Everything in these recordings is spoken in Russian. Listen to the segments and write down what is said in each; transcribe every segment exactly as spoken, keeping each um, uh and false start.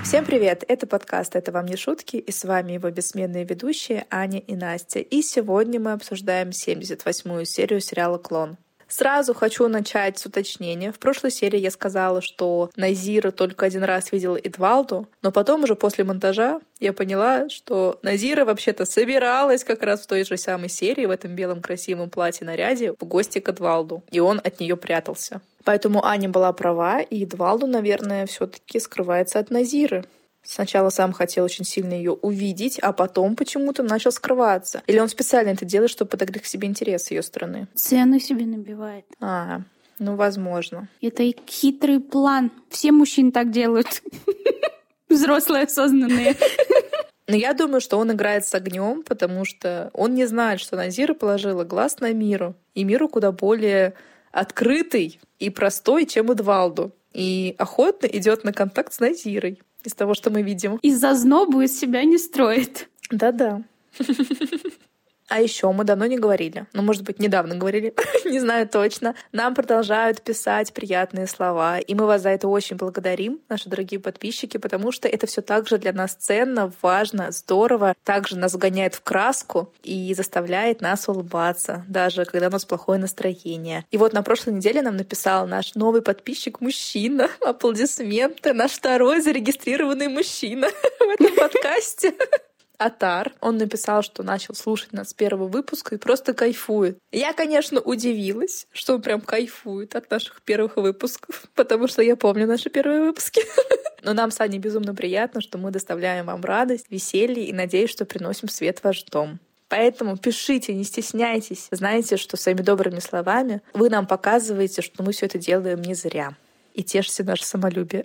Всем привет! Это подкаст «Это вам не шутки», и с вами его бессменные ведущие Аня и Настя. И сегодня мы обсуждаем семьдесят восьмую серию сериала «Клон». Сразу хочу начать с уточнения. В прошлой серии я сказала, что Назира только один раз видела Эдвалду, но потом уже после монтажа я поняла, что Назира вообще-то собиралась как раз в той же самой серии, в этом белом красивом платье-наряде, в гости к Эдвалду, и он от нее прятался. Поэтому Аня была права, и Эдвалду, наверное, все-таки скрывается от Назиры. Сначала сам хотел очень сильно ее увидеть, а потом почему-то начал скрываться. Или он специально это делает, чтобы подогреть к себе интерес с ее стороны? Цену себе набивает. А, ну, возможно. Это и хитрый план. Все мужчины так делают. Взрослые, осознанные. Но я думаю, что он играет с огнем, потому что он не знает, что Назира положила глаз на Миру. И Миру куда более открытый и простой, чем Эдвалду. И охотно идет на контакт с Назирой. Из того, что мы видим. Из-за знобу из себя не строит. Да-да. А еще мы давно не говорили, ну, может быть, недавно говорили, не знаю точно. Нам продолжают писать приятные слова, и мы вас за это очень благодарим, наши дорогие подписчики, потому что это все так же для нас ценно, важно, здорово, также нас вгоняет в краску и заставляет нас улыбаться, даже когда у нас плохое настроение. И вот на прошлой неделе нам написал наш новый подписчик мужчина, аплодисменты, наш второй зарегистрированный мужчина в этом подкасте. Атар. Он написал, что начал слушать нас с первого выпуска и просто кайфует. Я, конечно, удивилась, что он прям кайфует от наших первых выпусков, потому что я помню наши первые выпуски. Но нам с Аней безумно приятно, что мы доставляем вам радость, веселье и надеюсь, что приносим свет в ваш дом. Поэтому пишите, не стесняйтесь. Знаете, что своими добрыми словами вы нам показываете, что мы все это делаем не зря. И тешите наше самолюбие.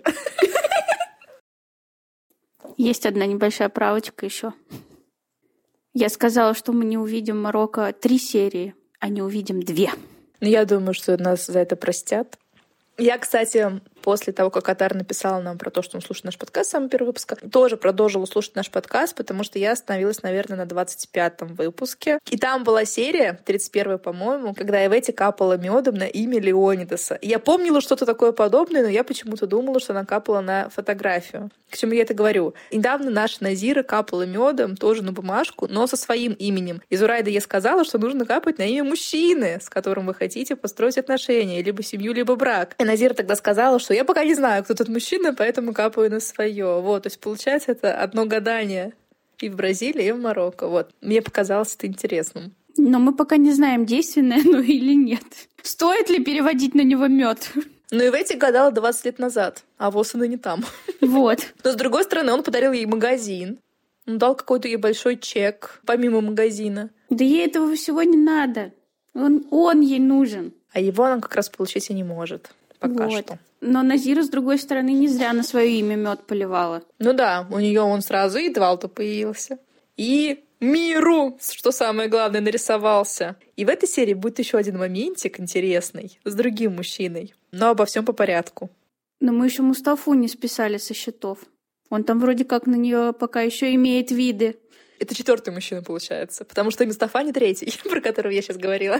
Есть одна небольшая правочка еще. Я сказала, что мы не увидим Марокко три серии, а не увидим две. Я думаю, что нас за это простят. Я, кстати, после того, как Атар написал нам про то, что он слушает наш подкаст, самый первый выпуск, тоже продолжила слушать наш подкаст, потому что я остановилась, наверное, на двадцать пятом выпуске. И там была серия, тридцать первая, по-моему, когда Эветти капала медом на имя Леонидаса. Я помнила что-то такое подобное, но я почему-то думала, что она капала на фотографию. К чему я это говорю? Недавно наша Назира капала медом тоже на бумажку, но со своим именем. И Зурайда ей сказала, что нужно капать на имя мужчины, с которым вы хотите построить отношения, либо семью, либо брак. И Назира тогда сказала, что я пока не знаю, кто тут мужчина, поэтому капаю на свое. Вот, то есть получается это одно гадание и в Бразилии, и в Марокко. Вот. Мне показалось это интересным. Но мы пока не знаем, действенное оно или нет. Стоит ли переводить на него мед? Ну и в эти гадала двадцать лет назад, а вот она не там. Вот. Но с другой стороны, он подарил ей магазин. Он дал какой-то ей большой чек, помимо магазина. Да ей этого всего не надо. Он, он ей нужен. А его она как раз получить и не может. Пока вот. что. Но Назира, с другой стороны, не зря на свое имя мед поливала. Ну да, у нее он сразу и Эдвалду появился. И Миру, что самое главное, нарисовался. И в этой серии будет еще один моментик интересный с другим мужчиной. Но обо всем по порядку. Но мы еще Мустафу не списали со счетов. Он там вроде как на нее пока еще имеет виды. Это четвертый мужчина получается, потому что Мустафа не третий, про которого я сейчас говорила.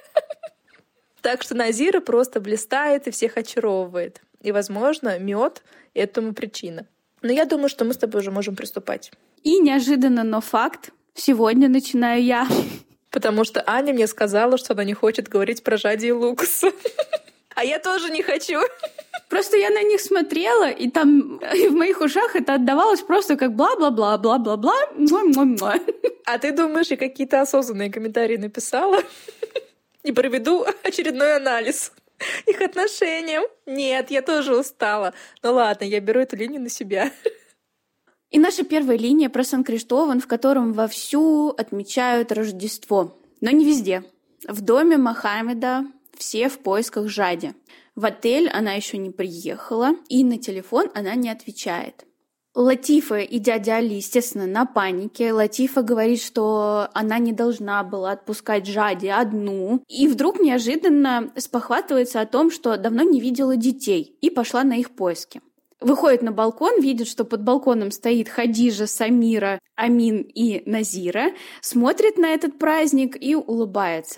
Так что Назира просто блистает и всех очаровывает. И, возможно, мед этому причина. Но я думаю, что мы с тобой уже можем приступать. И неожиданно, но факт. Сегодня начинаю я. Потому что Аня мне сказала, что она не хочет говорить про Жади и Лукаса. А я тоже не хочу. Просто я на них смотрела, и там и в моих ушах это отдавалось просто как бла-бла-бла, бла-бла-бла, муа-муа-муа. А ты думаешь, я какие-то осознанные комментарии написала? И проведу очередной анализ их отношениям. Нет, я тоже устала. Ну ладно, я беру эту линию на себя. И наша первая линия про Сан-Криштован, в котором вовсю отмечают Рождество. Но не везде. В доме Мохаммеда все в поисках Жади. В отель она еще не приехала, и на телефон она не отвечает. Латифа и дядя Али, естественно, на панике. Латифа говорит, что она не должна была отпускать Жади одну. И вдруг неожиданно спохватывается о том, что давно не видела детей, и пошла на их поиски. Выходит на балкон, видит, что под балконом стоит Хадижа, Самира, Амин и Назира, смотрит на этот праздник и улыбается.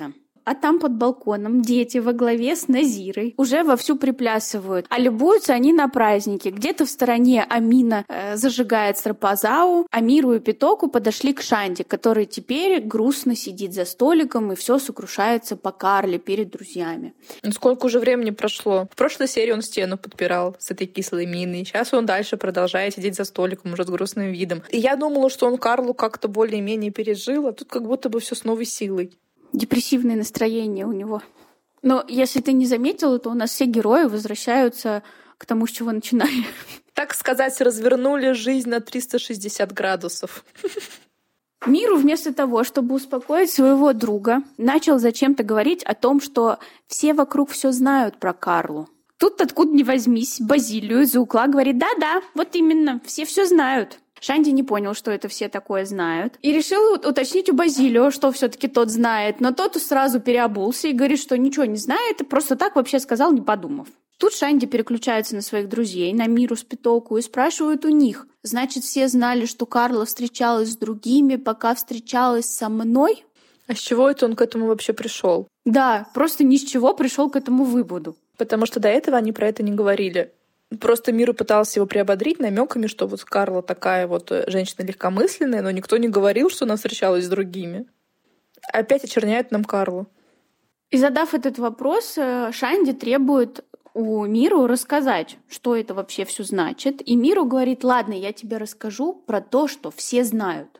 а там под балконом дети во главе с Назирой уже вовсю приплясывают. А любуются они на празднике. Где-то в стороне Амина э, зажигает стропозау, а Миру и Питоку подошли к Шанди, который теперь грустно сидит за столиком и все сокрушается по Карле перед друзьями. Сколько уже времени прошло? В прошлой серии он стену подпирал с этой кислой миной. Сейчас он дальше продолжает сидеть за столиком уже с грустным видом. И я думала, что он Карлу как-то более-менее пережил, а тут как будто бы все с новой силой. Депрессивное настроение у него. Но если ты не заметила, то у нас все герои возвращаются к тому, с чего начинали. Так сказать, развернули жизнь на триста шестьдесят градусов. Миру вместо того, чтобы успокоить своего друга, начал зачем-то говорить о том, что все вокруг все знают про Карлу. Тут откуда ни возьмись, Базилио из-за угла говорит: да-да, вот именно, все все знают. Шанди не понял, что это все такое знают, и решил уточнить у Базилио, что все-таки тот знает, но тот сразу переобулся и говорит, что ничего не знает, и просто так вообще сказал, не подумав. Тут Шанди переключается на своих друзей, на Миру с Питоку, и спрашивает у них: значит, все знали, что Карла встречалась с другими, пока встречалась со мной? А с чего это он к этому вообще пришел? Да, просто ни с чего пришел к этому выводу. Потому что до этого они про это не говорили. Просто Миру пытался его приободрить намеками, что вот Карла такая вот женщина легкомысленная, но никто не говорил, что она встречалась с другими. Опять очерняют нам Карлу. И задав этот вопрос, Шанди требует у Миру рассказать, что это вообще все значит. И Миру говорит: ладно, я тебе расскажу про то, что все знают.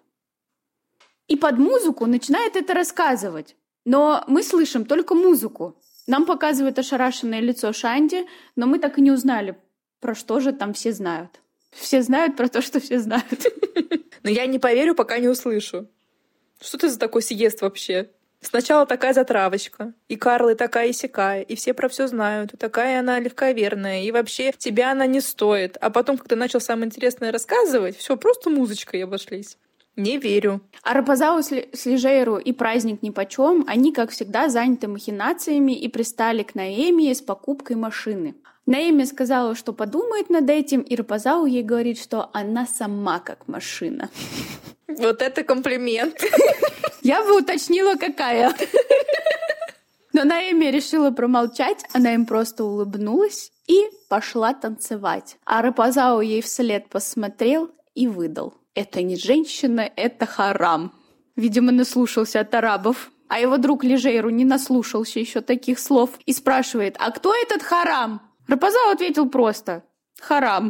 И под музыку начинает это рассказывать. Но мы слышим только музыку. Нам показывают ошарашенное лицо Шанди, но мы так и не узнали, про что же там все знают. Все знают про то, что все знают. Но я не поверю, пока не услышу. Что это за такой сиест вообще? Сначала такая затравочка, и Карла и такая и сякая, и все про все знают, и такая она легковерная, и вообще тебя она не стоит. А потом, когда начал самое интересное рассказывать, все просто музычкой обошлись. Не верю. А Рапозау с Лижейру и праздник нипочем, они, как всегда, заняты махинациями и пристали к Наэмии с покупкой машины. Наэми сказала, что подумает над этим, и Рапозау ей говорит, что она сама как машина. Вот это комплимент. Я бы уточнила, какая. Но Наэми решила промолчать, она им просто улыбнулась и пошла танцевать. А Рапозау ей вслед посмотрел и выдал: это не женщина, это харам. Видимо, наслушался от арабов. А его друг Лижейру не наслушался еще таких слов и спрашивает: а кто этот харам? Рапозау ответил просто: харам.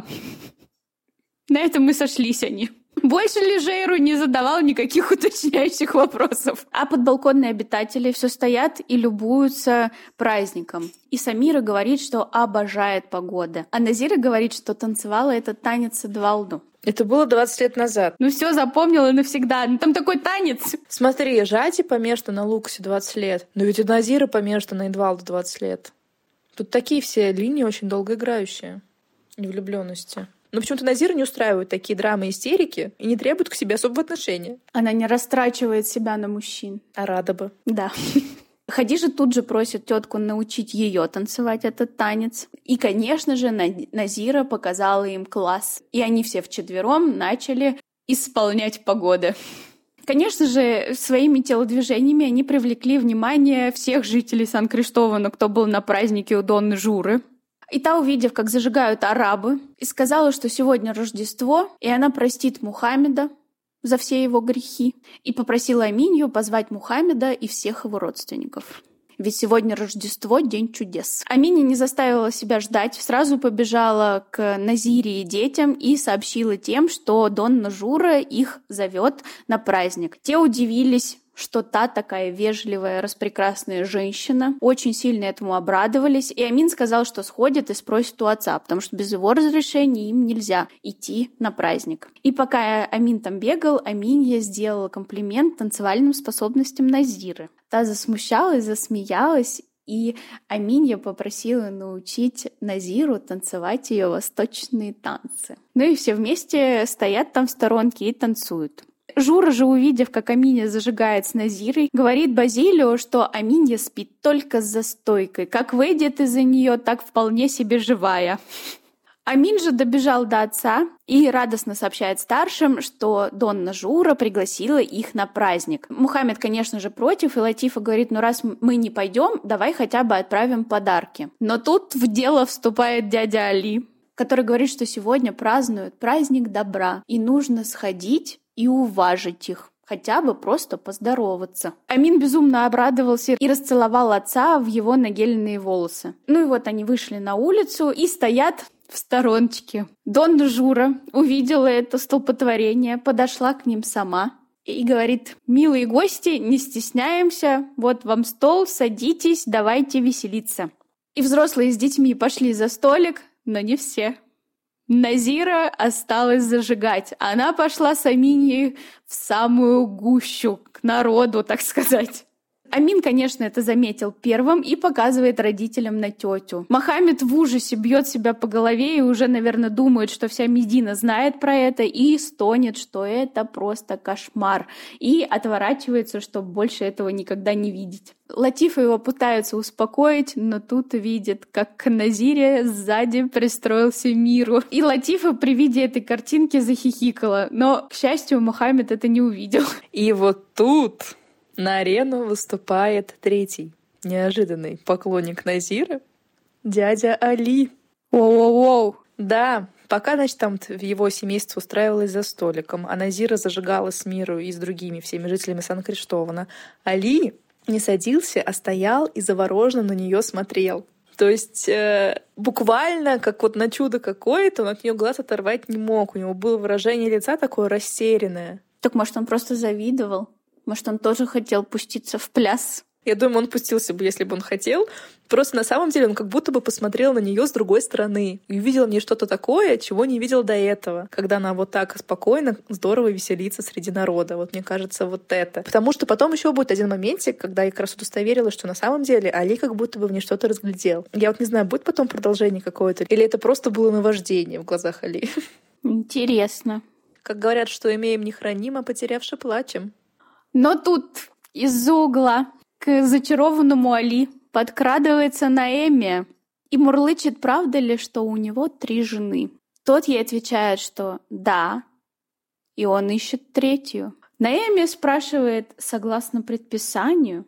На этом мы сошлись они. Больше Лижейру не задавал никаких уточняющих вопросов. А подбалконные обитатели все стоят и любуются праздником. И Самира говорит, что обожает погоду. А Назира говорит, что танцевала этот танец Эдвалду. Это было двадцать лет назад. Ну все, запомнила навсегда. Ну там такой танец. Смотри, Жади помешана на Лукасе двадцать лет. Но ведь и Назира помешана на Эдвалду двадцать лет. Тут такие все линии очень долгоиграющие. И влюбленности. Но почему-то Назира не устраивают такие драмы и истерики и не требует к себе особого отношения. Она не растрачивает себя на мужчин. А рада бы. Да. Хадижа тут же просит тетку научить ее танцевать этот танец. И, конечно же, Назира показала им класс. И они все вчетвером начали исполнять погоды. Конечно же, своими телодвижениями они привлекли внимание всех жителей Сан-Криштована, кто был на празднике у Донны Журы. И та, увидев, как зажигают арабы, и сказала, что сегодня Рождество, и она простит Мухаммеда за все его грехи, и попросила Аминью позвать Мухаммеда и всех его родственников. Ведь сегодня Рождество — день чудес. Аминья не заставила себя ждать, сразу побежала к Назире и детям и сообщила тем, что Донна Жура их зовет на праздник. Те удивились, что та такая вежливая, распрекрасная женщина. Очень сильно этому обрадовались, и Амин сказал, что сходит и спросит у отца, потому что без его разрешения им нельзя идти на праздник. И пока Амин там бегал, Аминья сделала комплимент танцевальным способностям Назиры. Та засмущалась, засмеялась, и Аминья попросила научить Назиру танцевать ее восточные танцы. Ну и все вместе стоят там в сторонке и танцуют. Жура же, увидев, как Аминья зажигает с Назирой, говорит Базилио, что Аминья спит только за стойкой. Как выйдет из-за нее, так вполне себе живая. Амин же добежал до отца и радостно сообщает старшим, что Донна Жура пригласила их на праздник. Мухаммед, конечно же, против, и Латифа говорит, ну раз мы не пойдем, давай хотя бы отправим подарки. Но тут в дело вступает дядя Али, который говорит, что сегодня празднуют праздник добра, и нужно сходить и уважить их. Хотя бы просто поздороваться. Амин безумно обрадовался и расцеловал отца в его нагеленные волосы. Ну и вот они вышли на улицу и стоят в стороночке. Донна Жура увидела это столпотворение, подошла к ним сама и говорит: «Милые гости, не стесняемся, вот вам стол, садитесь, давайте веселиться». И взрослые с детьми пошли за столик, но не все. Назира осталась зажигать. Она пошла с Аминьей в самую гущу, к народу, так сказать. Амин, конечно, это заметил первым и показывает родителям на тетю. Мохаммед в ужасе бьет себя по голове и уже, наверное, думает, что вся Медина знает про это, и стонет, что это просто кошмар, и отворачивается, чтобы больше этого никогда не видеть. Латифа его пытаются успокоить, но тут видит, как к Назире сзади пристроился Миру. И Латифа при виде этой картинки захихикала, но, к счастью, Мохаммед это не увидел. И вот тут на арену выступает третий неожиданный поклонник Назира — дядя Али. Воу-воу-воу. Да, пока, значит, там в его семейство устраивалось за столиком, а Назира зажигала с Миру и с другими всеми жителями Сан-Криштована, Али не садился, а стоял и завороженно на нее смотрел. То есть э, буквально, как вот на чудо какое-то, он от нее глаз оторвать не мог. У него было выражение лица такое растерянное. Так, может, он просто завидовал? Может, он тоже хотел пуститься в пляс? Я думаю, он пустился бы, если бы он хотел. Просто на самом деле он как будто бы посмотрел на нее с другой стороны и увидел в ней что-то такое, чего не видел до этого, когда она вот так спокойно, здорово веселится среди народа. Вот мне кажется, вот это. Потому что потом еще будет один моментик, когда я как раз удостоверилась, что на самом деле Али как будто бы в ней что-то разглядел. Я вот не знаю, будет потом продолжение какое-то, или это просто было наваждение в глазах Али. Интересно. Как говорят, что имеем не храним, а потерявши плачем. Но тут из-за угла к зачарованному Али подкрадывается Наэмия и мурлычет, правда ли, что у него три жены. Тот ей отвечает, что да, и он ищет третью. Наэмия спрашивает, согласно предписанию,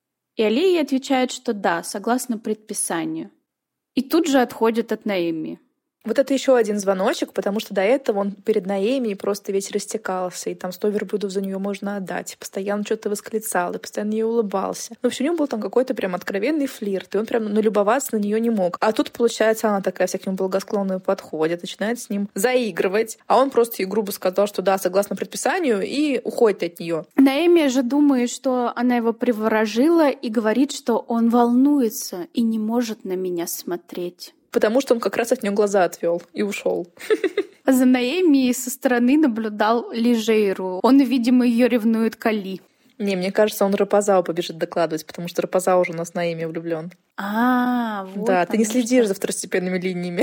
и Али ей отвечает, что да, согласно предписанию. И тут же отходит от Наэмии. Вот это еще один звоночек, потому что до этого он перед Наэмией просто весь растекался, и там сто верблюдов за нее можно отдать, постоянно что-то восклицал, и постоянно ей улыбался. В общем, у него был там какой-то прям откровенный флирт, и он прям налюбоваться на нее не мог. А тут, получается, она такая вся к нему благосклонно подходит, начинает с ним заигрывать, а он просто ей грубо сказал, что да, согласно предписанию, и уходит от нее. Наэмия же думает, что она его приворожила, и говорит, что он волнуется и не может на меня смотреть. Потому что он как раз от нее глаза отвел и ушел. А за Наэмией со стороны наблюдал Лижейру. Он, видимо, ее ревнует к Али. Не, мне кажется, он Рапазау побежит докладывать, потому что Рапазау уже у нас на Наэмии влюблен. А, вот. Да, ты не следишь что. за второстепенными линиями.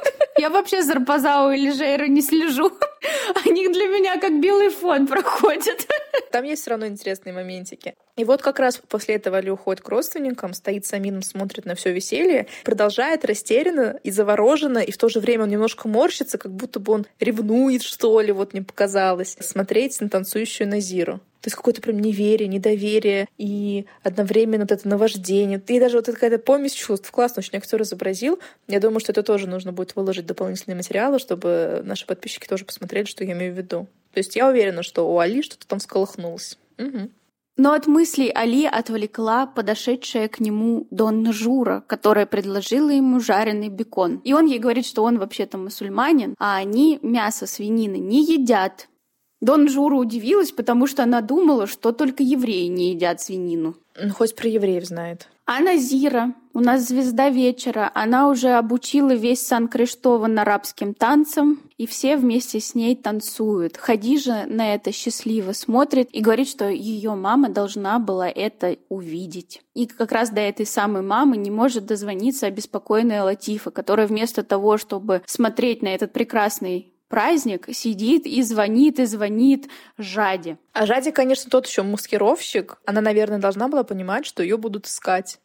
Я вообще за Рапазау и Лижейру не слежу. Они для меня как белый фон проходят. Там есть все равно интересные моментики. И вот как раз после этого Али уходит к родственникам, стоит с Амином, смотрит на все веселье, продолжает растерянно и завороженно, и в то же время он немножко морщится, как будто бы он ревнует, что ли, вот мне показалось, смотреть на танцующую Назиру. То есть какое-то прям неверие, недоверие и одновременно вот это наваждение. И даже вот эта какая-то помесь чувств. Классно очень актер изобразил. Я думаю, что это тоже нужно будет выложить дополнительные материалы, чтобы наши подписчики тоже посмотрели, что я имею в виду. То есть я уверена, что у Али что-то там всколыхнулось. Угу. Но от мыслей Али отвлекла подошедшая к нему Донна Жура, которая предложила ему жареный бекон. И он ей говорит, что он вообще-то мусульманин, а они мясо свинины не едят. Донна Жура удивилась, потому что она думала, что только евреи не едят свинину. Ну, хоть про евреев знает. А Назира, у нас звезда вечера, она уже обучила весь Сан-Криштован арабским танцам, и все вместе с ней танцуют. Хадижа на это счастливо смотрит и говорит, что ее мама должна была это увидеть. И как раз до этой самой мамы не может дозвониться обеспокоенная Латифа, которая вместо того, чтобы смотреть на этот прекрасный праздник, сидит и звонит, и звонит Жаде. А Жаде, конечно, тот еще маскировщик. Она, наверное, должна была понимать, что ее будут искать.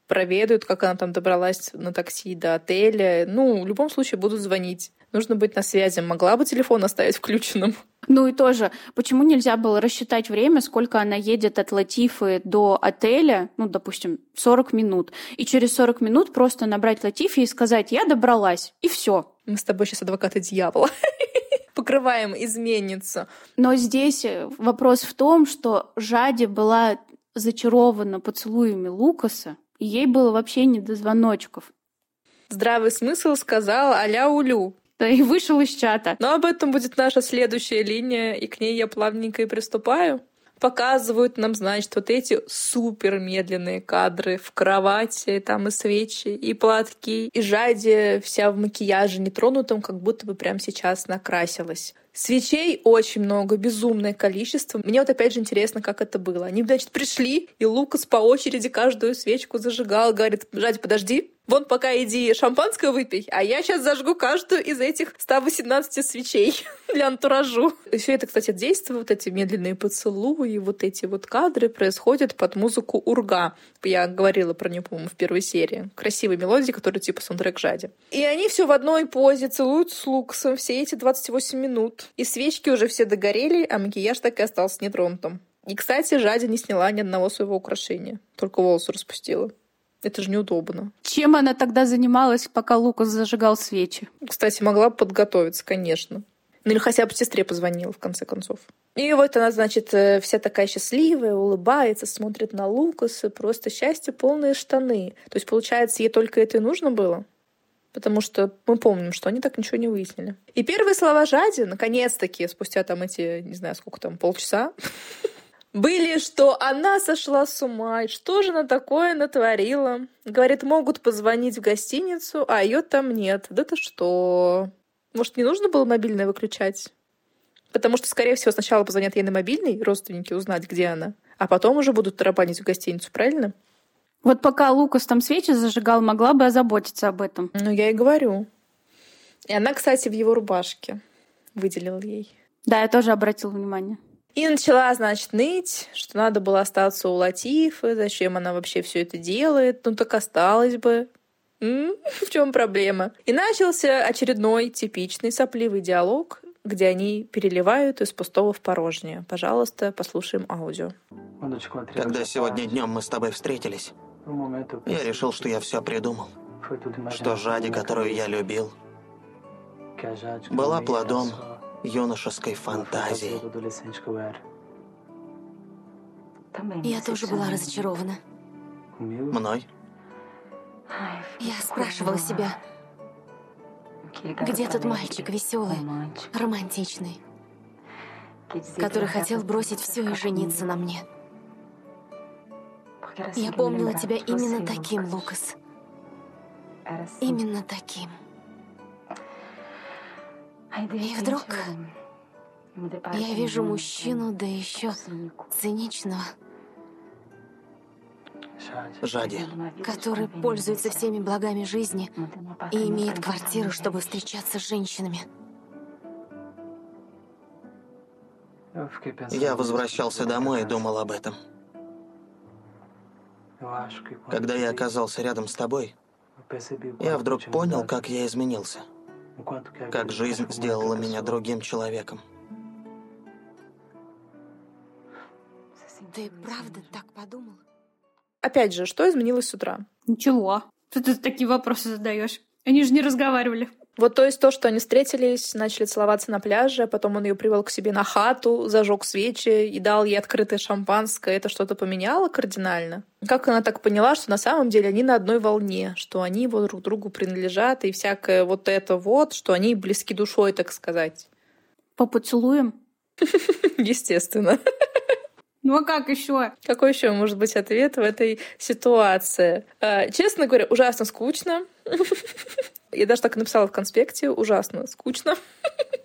проведают, как она там добралась на такси до отеля. Ну, в любом случае будут звонить. Нужно быть на связи. Могла бы телефон оставить включенным. Ну и тоже, почему нельзя было рассчитать время, сколько она едет от Латифы до отеля, ну, допустим, сорок минут, и через сорок минут просто набрать Латифе и сказать: я добралась, и все. Мы с тобой сейчас адвокаты дьявола. Покрываем изменницу. Но здесь вопрос в том, что Жади была зачарована поцелуями Лукаса, и ей было вообще не до звоночков. Здравый смысл сказал аля-улю. Да, и вышел из чата. Но об этом будет наша следующая линия, и к ней я плавненько и приступаю. Показывают нам, значит, вот эти супер медленные кадры в кровати, там и свечи, и платки, и Жади вся в макияже нетронутом, как будто бы прямо сейчас накрасилась. Свечей очень много, безумное количество. Мне вот опять же интересно, как это было. Они, значит, пришли, и Лукас по очереди каждую свечку зажигал, говорит: Жади, подожди, вон пока иди шампанское выпей, а я сейчас зажгу каждую из этих ста восемнадцати свечей для антуражу. И все это, кстати, действие, вот эти медленные поцелуи, вот эти вот кадры происходят под музыку Урга. Я говорила про нее, по-моему, в первой серии. Красивые мелодии, которые типа саундтрек Жади. И они все в одной позе целуют с Лукасом все эти двадцать восемь минут. И свечки уже все догорели, а макияж так и остался нетронутым. И, кстати, Жади не сняла ни одного своего украшения. Только волосы распустила. Это же неудобно. Чем она тогда занималась, пока Лукас зажигал свечи? Кстати, могла бы подготовиться, конечно. Ну или хотя бы сестре позвонила, в конце концов. И вот она, значит, вся такая счастливая, улыбается, смотрит на Лукаса. Просто счастье, полные штаны. То есть, получается, ей только это и нужно было? Потому что мы помним, что они так ничего не выяснили. И первые слова Жади, наконец-таки, спустя там эти, не знаю, сколько там, полчаса, были, что она сошла с ума, и что же она такое натворила. Говорит, могут позвонить в гостиницу, а ее там нет. Да ты что? Может, не нужно было мобильное выключать? Потому что, скорее всего, сначала позвонят ей на мобильный, родственники узнать, где она, а потом уже будут тарабанить в гостиницу, правильно? Вот пока Лукас там свечи зажигал, могла бы озаботиться об этом. Ну, я и говорю. И она, кстати, в его рубашке выделила ей. Да, я тоже обратила внимание. И начала, значит, ныть, что надо было остаться у Латифы, зачем она вообще все это делает. Ну, так осталось бы. М-м, в чем проблема? И начался очередной типичный сопливый диалог, где они переливают из пустого в порожнее. Пожалуйста, послушаем аудио. Когда сегодня днем мы с тобой встретились, я решил, что я все придумал. Что Жади, которую я любил, была плодом юношеской фантазии. Я тоже была разочарована. Мной? Я спрашивала себя, где тот мальчик веселый, романтичный, который хотел бросить все и жениться на мне. Я помнила тебя именно таким, Лукас. Именно таким. И вдруг я вижу мужчину, да еще циничного, Жади. который пользуется всеми благами жизни и имеет квартиру, чтобы встречаться с женщинами. Я возвращался домой и думал об этом. Когда я оказался рядом с тобой, я вдруг понял, как я изменился. Как жизнь сделала меня другим человеком. Ты правда так подумал? Опять же, что изменилось с утра? Ничего. Ты тут такие вопросы задаешь. Они же не разговаривали. Вот то есть то, что они встретились, начали целоваться на пляже, потом он ее привел к себе на хату, зажег свечи и дал ей открытое шампанское. Это что-то поменяло кардинально? Как она так поняла, что на самом деле они на одной волне, что они вот друг другу принадлежат, и всякое вот это вот, что они близки душой, так сказать? По поцелуям? Естественно. Ну а как еще? Какой еще может быть ответ в этой ситуации? Честно говоря, ужасно скучно. Я даже так и написала в конспекте. Ужасно скучно.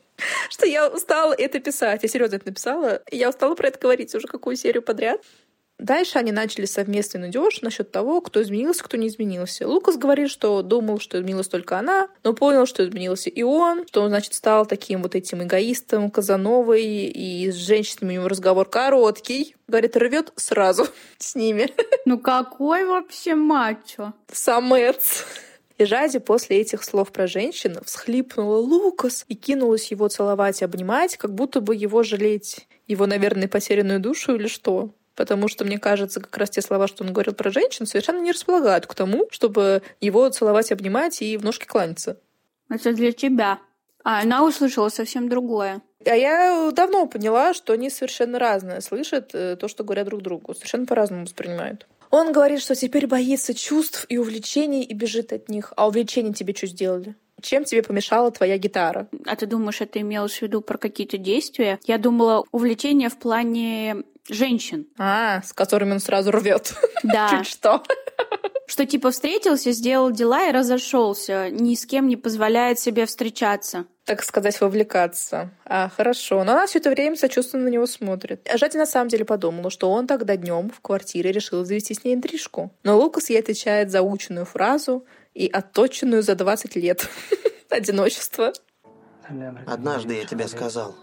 Что я устала это писать. Я серьезно это написала. Я устала про это говорить уже какую серию подряд. Дальше они начали совместный нудеж насчет того, кто изменился, кто не изменился. Лукас говорит, что думал, что изменилась только она, но понял, что изменился и он, что он, значит, стал таким вот этим эгоистом, Казановой, и с женщинами у него разговор короткий. Говорит, рвет сразу с ними. Ну какой вообще мачо? Самец. И Жади после этих слов про женщин всхлипнула Лукас и кинулась его целовать и обнимать, как будто бы его жалеть, его, наверное, потерянную душу или что. Потому что, мне кажется, как раз те слова, что он говорил про женщин, совершенно не располагают к тому, чтобы его целовать, обнимать и в ножки кланяться. Это для тебя. А она услышала совсем другое. А я давно поняла, что они совершенно разные слышат то, что говорят друг другу. Совершенно по-разному воспринимают. Он говорит, что теперь боится чувств и увлечений и бежит от них. А увлечения тебе что сделали? Чем тебе помешала твоя гитара? А ты думаешь, это имелось в виду про какие-то действия? Я думала, увлечение в плане женщин. А, с которыми он сразу рвет. Да. Чуть что. Что типа встретился, сделал дела и разошелся, ни с кем не позволяет себе встречаться. Так сказать, вовлекаться. А, хорошо. Но она все это время сочувственно на него смотрит. А Жади на самом деле подумала, что он тогда днем в квартире решил завести с ней интрижку. Но Лукас ей отвечает заученную фразу и отточенную за двадцать лет одиночества. Однажды я тебе сказал,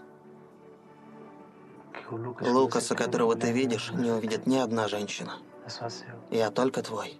Лукаса, которого ты видишь, не увидит ни одна женщина. Я только твой.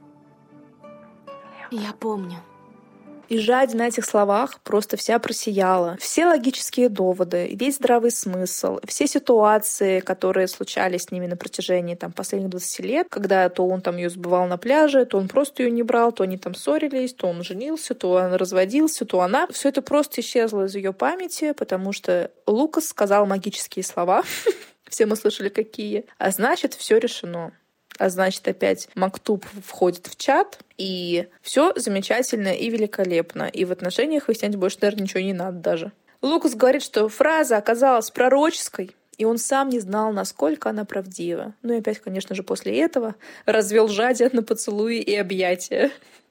Я помню. И Жади на этих словах просто вся просияла. Все логические доводы, весь здравый смысл, все ситуации, которые случались с ними на протяжении там, последних двадцати лет, когда то он там ее сбывал на пляже, то он просто ее не брал, то они там ссорились, то он женился, то он разводился, то она. Все это просто исчезло из ее памяти, потому что Лукас сказал магические слова. Все мы слышали, какие. А значит, все решено. А значит, опять Мактуб входит в чат, и все замечательно и великолепно. И в отношениях выяснять больше, наверное, ничего не надо даже. Лукас говорит, что фраза оказалась пророческой, и он сам не знал, насколько она правдива. Ну и опять, конечно же, после этого развел Жади на поцелуи и объятия.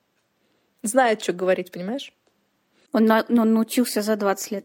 Знает, что говорить, понимаешь? Он, на... он научился за двадцать лет.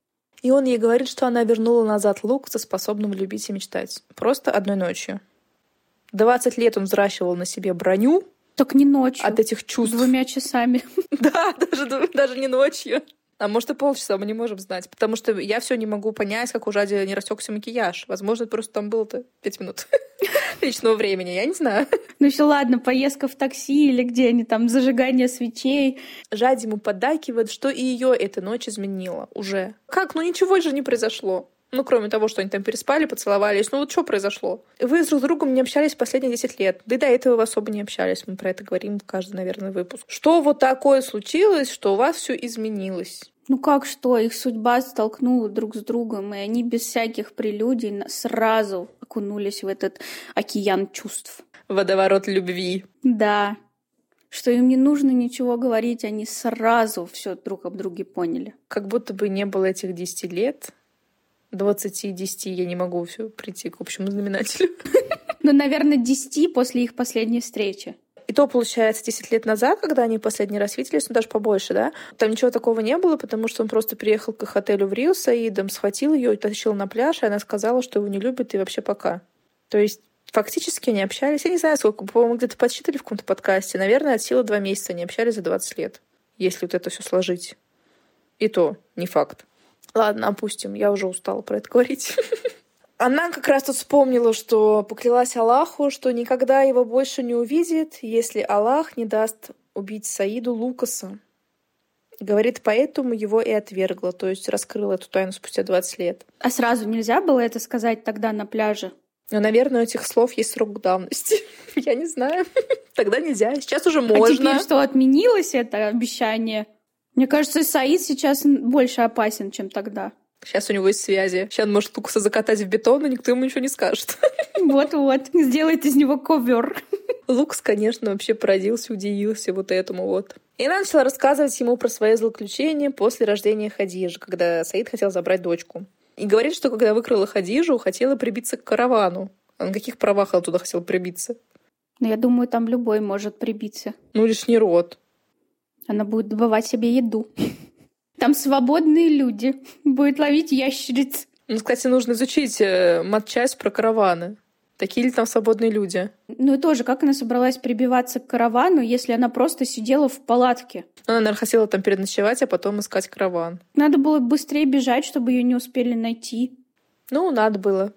И он ей говорит, что она вернула назад Лукаса, способным любить и мечтать. Просто одной ночью. двадцать лет он взращивал на себе броню. Только не ночью. От этих чувств. Двумя часами. Да, даже, даже не ночью. А может и полчаса, мы не можем знать. Потому что я все не могу понять, как у Жади не растекся макияж. Возможно, просто там было-то пять минут личного времени, я не знаю. Ну все, ладно, поездка в такси или где они там, зажигание свечей. Жади ему поддакивает, что и ее эта ночь изменила уже. Как? Ну ничего же не произошло. Ну, кроме того, что они там переспали, поцеловались. Ну, вот что произошло? Вы друг с другом не общались последние десять лет. Да и до этого вы особо не общались. Мы про это говорим каждый, наверное, выпуск. Что вот такое случилось, что у вас все изменилось? Ну как что? Их судьба столкнула друг с другом, и они без всяких прелюдий сразу окунулись в этот океан чувств. Водоворот любви. Да. Что им не нужно ничего говорить, они сразу все друг об друге поняли. Как будто бы не было этих десяти лет. двадцати десяти я не могу все прийти к общему знаменателю. Ну, наверное, десяти после их последней встречи. И то, получается, десять лет назад, когда они последний раз виделись, ну, даже побольше, да, там ничего такого не было, потому что он просто приехал к их отелю в Рио с Саидом, схватил ее и тащил на пляж, и она сказала, что его не любит и вообще пока. То есть фактически они общались, я не знаю, сколько, по-моему, где-то подсчитали в каком-то подкасте, наверное, от силы два месяца они общались за двадцать лет, если вот это все сложить. И то не факт. Ладно, опустим, я уже устала про это говорить. Она как раз тут вспомнила, что поклялась Аллаху, что никогда его больше не увидит, если Аллах не даст убить Саиду Лукаса. Говорит, поэтому его и отвергла, то есть раскрыла эту тайну спустя двадцать лет. А сразу нельзя было это сказать тогда на пляже? Ну, наверное, у этих слов есть срок давности. Я не знаю. Тогда нельзя, сейчас уже можно. А теперь что, отменилось это обещание? Мне кажется, Саид сейчас больше опасен, чем тогда. Сейчас у него есть связи. Сейчас он может Лукаса закатать в бетон, и никто ему ничего не скажет. Вот-вот, сделает из него ковер. Лукас, конечно, вообще поразился, удивился вот этому вот. И она начала рассказывать ему про свои злоключения после рождения Хадижи, когда Саид хотел забрать дочку. И говорит, что когда выкрала Хадижу, хотела прибиться к каравану. А на каких правах она туда хотела прибиться? Ну, я думаю, там любой может прибиться. Ну, лишний род. Она будет добывать себе еду. Там свободные люди. Будет ловить ящериц. Ну, кстати, нужно изучить э, матчасть про караваны. Такие ли там свободные люди? Ну и тоже, как она собралась прибиваться к каравану, если она просто сидела в палатке? Она, наверное, хотела там переночевать, а потом искать караван. Надо было быстрее бежать, чтобы ее не успели найти. Ну, надо было.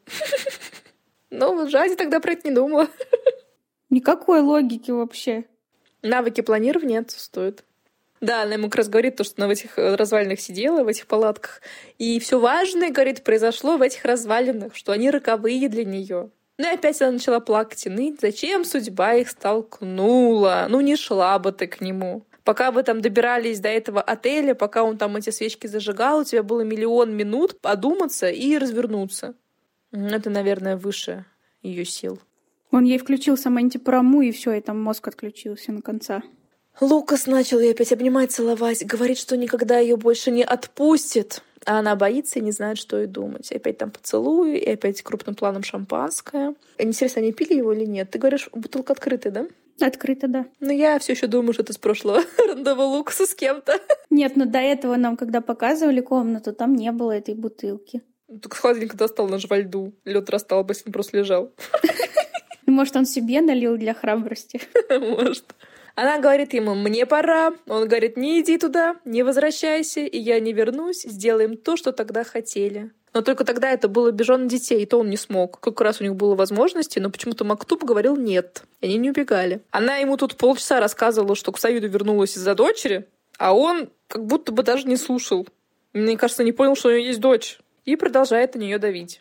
Ну, Жади тогда про это не думала. Никакой логики вообще. Навыки планирования отсутствуют. Да, она ему как раз говорит, то, что она в этих развалинах сидела, в этих палатках. И все важное, говорит, произошло в этих развалинах, что они роковые для нее. Ну и опять она начала плакать и ныть. Зачем судьба их столкнула? Ну не шла бы ты к нему. Пока вы там добирались до этого отеля, пока он там эти свечки зажигал, у тебя было миллион минут подуматься и развернуться. Это, наверное, выше ее сил. Он ей включил сам антипараму, и все, и там мозг отключился на конца. Лукас начал ее опять обнимать, целовать, говорит, что никогда ее больше не отпустит. А она боится и не знает, что и думать. И опять там поцелуи, и опять крупным планом шампанское. Интересно, они пили его или нет? Ты говоришь, бутылка открытая, да? Открыто, да. Но я все еще думаю, что это с прошлого рандеву Лукаса с кем-то. Нет, но до этого нам, когда показывали комнату, там не было этой бутылки. Так с холодильника достал, наш во льду. Лед растал, бассейн просто лежал. Может, он себе налил для храбрости? Может. Она говорит ему, мне пора. Он говорит, не иди туда, не возвращайся, и я не вернусь, сделаем то, что тогда хотели. Но только тогда это было без жен и детей, и то он не смог. Как раз у них было возможности, но почему-то Мактуб говорил нет, и они не убегали. Она ему тут полчаса рассказывала, что к Саиду вернулась из-за дочери, а он как будто бы даже не слушал. Мне кажется, не понял, что у нее есть дочь, и продолжает на нее давить.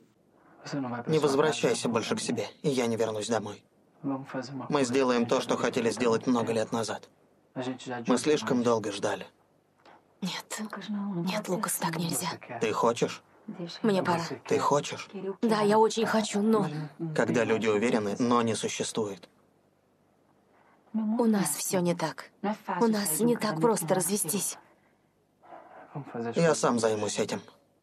Не возвращайся больше к себе, и я не вернусь домой. Мы сделаем то, что хотели сделать много лет назад. Мы слишком долго ждали. Нет, нет, Лукас, так нельзя. Ты хочешь? Мне пора. Ты хочешь? Да, я очень хочу, но... Когда люди уверены, но не существует. У нас все не так. У нас не так просто развестись. Я сам займусь этим.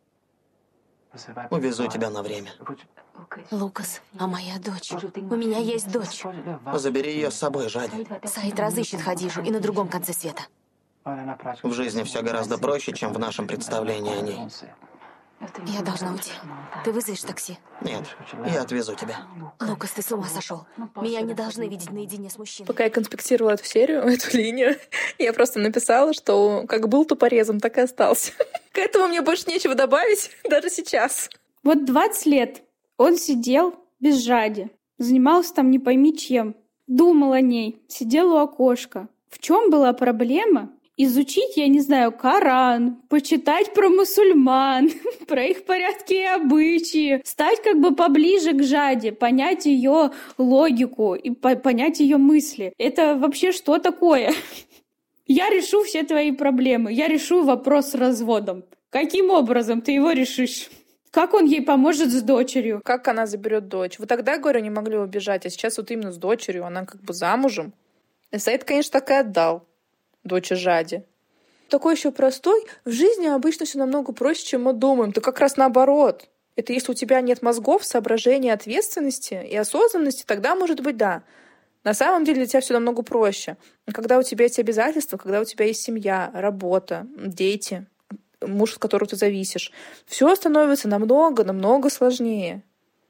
Увезу тебя на время. Лукас, а моя дочь? У меня есть дочь. Забери ее с собой, Жади. Саид разыщет Хадижу и на другом конце света. В жизни все гораздо проще, чем в нашем представлении о ней. Я должна уйти. Ты вызовешь такси? Нет, я отвезу тебя. Лукас, ты с ума сошел. Меня не должны видеть наедине с мужчиной. Пока я конспектировала эту серию, эту линию, я просто написала, что как был тупорезом, так и остался. К этому мне больше нечего добавить, даже сейчас. Вот двадцать лет он сидел без Жади, занимался там не пойми чем, думал о ней, сидел у окошка. В чем была проблема? Изучить, я не знаю, Коран, почитать про мусульман, про их порядки и обычаи, стать как бы поближе к Жаде, понять ее логику и по- понять ее мысли. Это вообще что такое? Я решу все твои проблемы, я решу вопрос с разводом. Каким образом ты его решишь? Как он ей поможет с дочерью? Как она заберет дочь? Вы тогда, говорю, не могли убежать, а сейчас вот именно с дочерью, она как бы замужем. И Саид, конечно, так и отдал дочь Жади. Такой еще простой. В жизни обычно все намного проще, чем мы думаем. То как раз наоборот. Это если у тебя нет мозгов, соображений, ответственности и осознанности, тогда, может быть, да. На самом деле для тебя все намного проще. Когда у тебя есть обязательства, когда у тебя есть семья, работа, дети, муж, от которого ты зависишь, все становится намного-намного сложнее.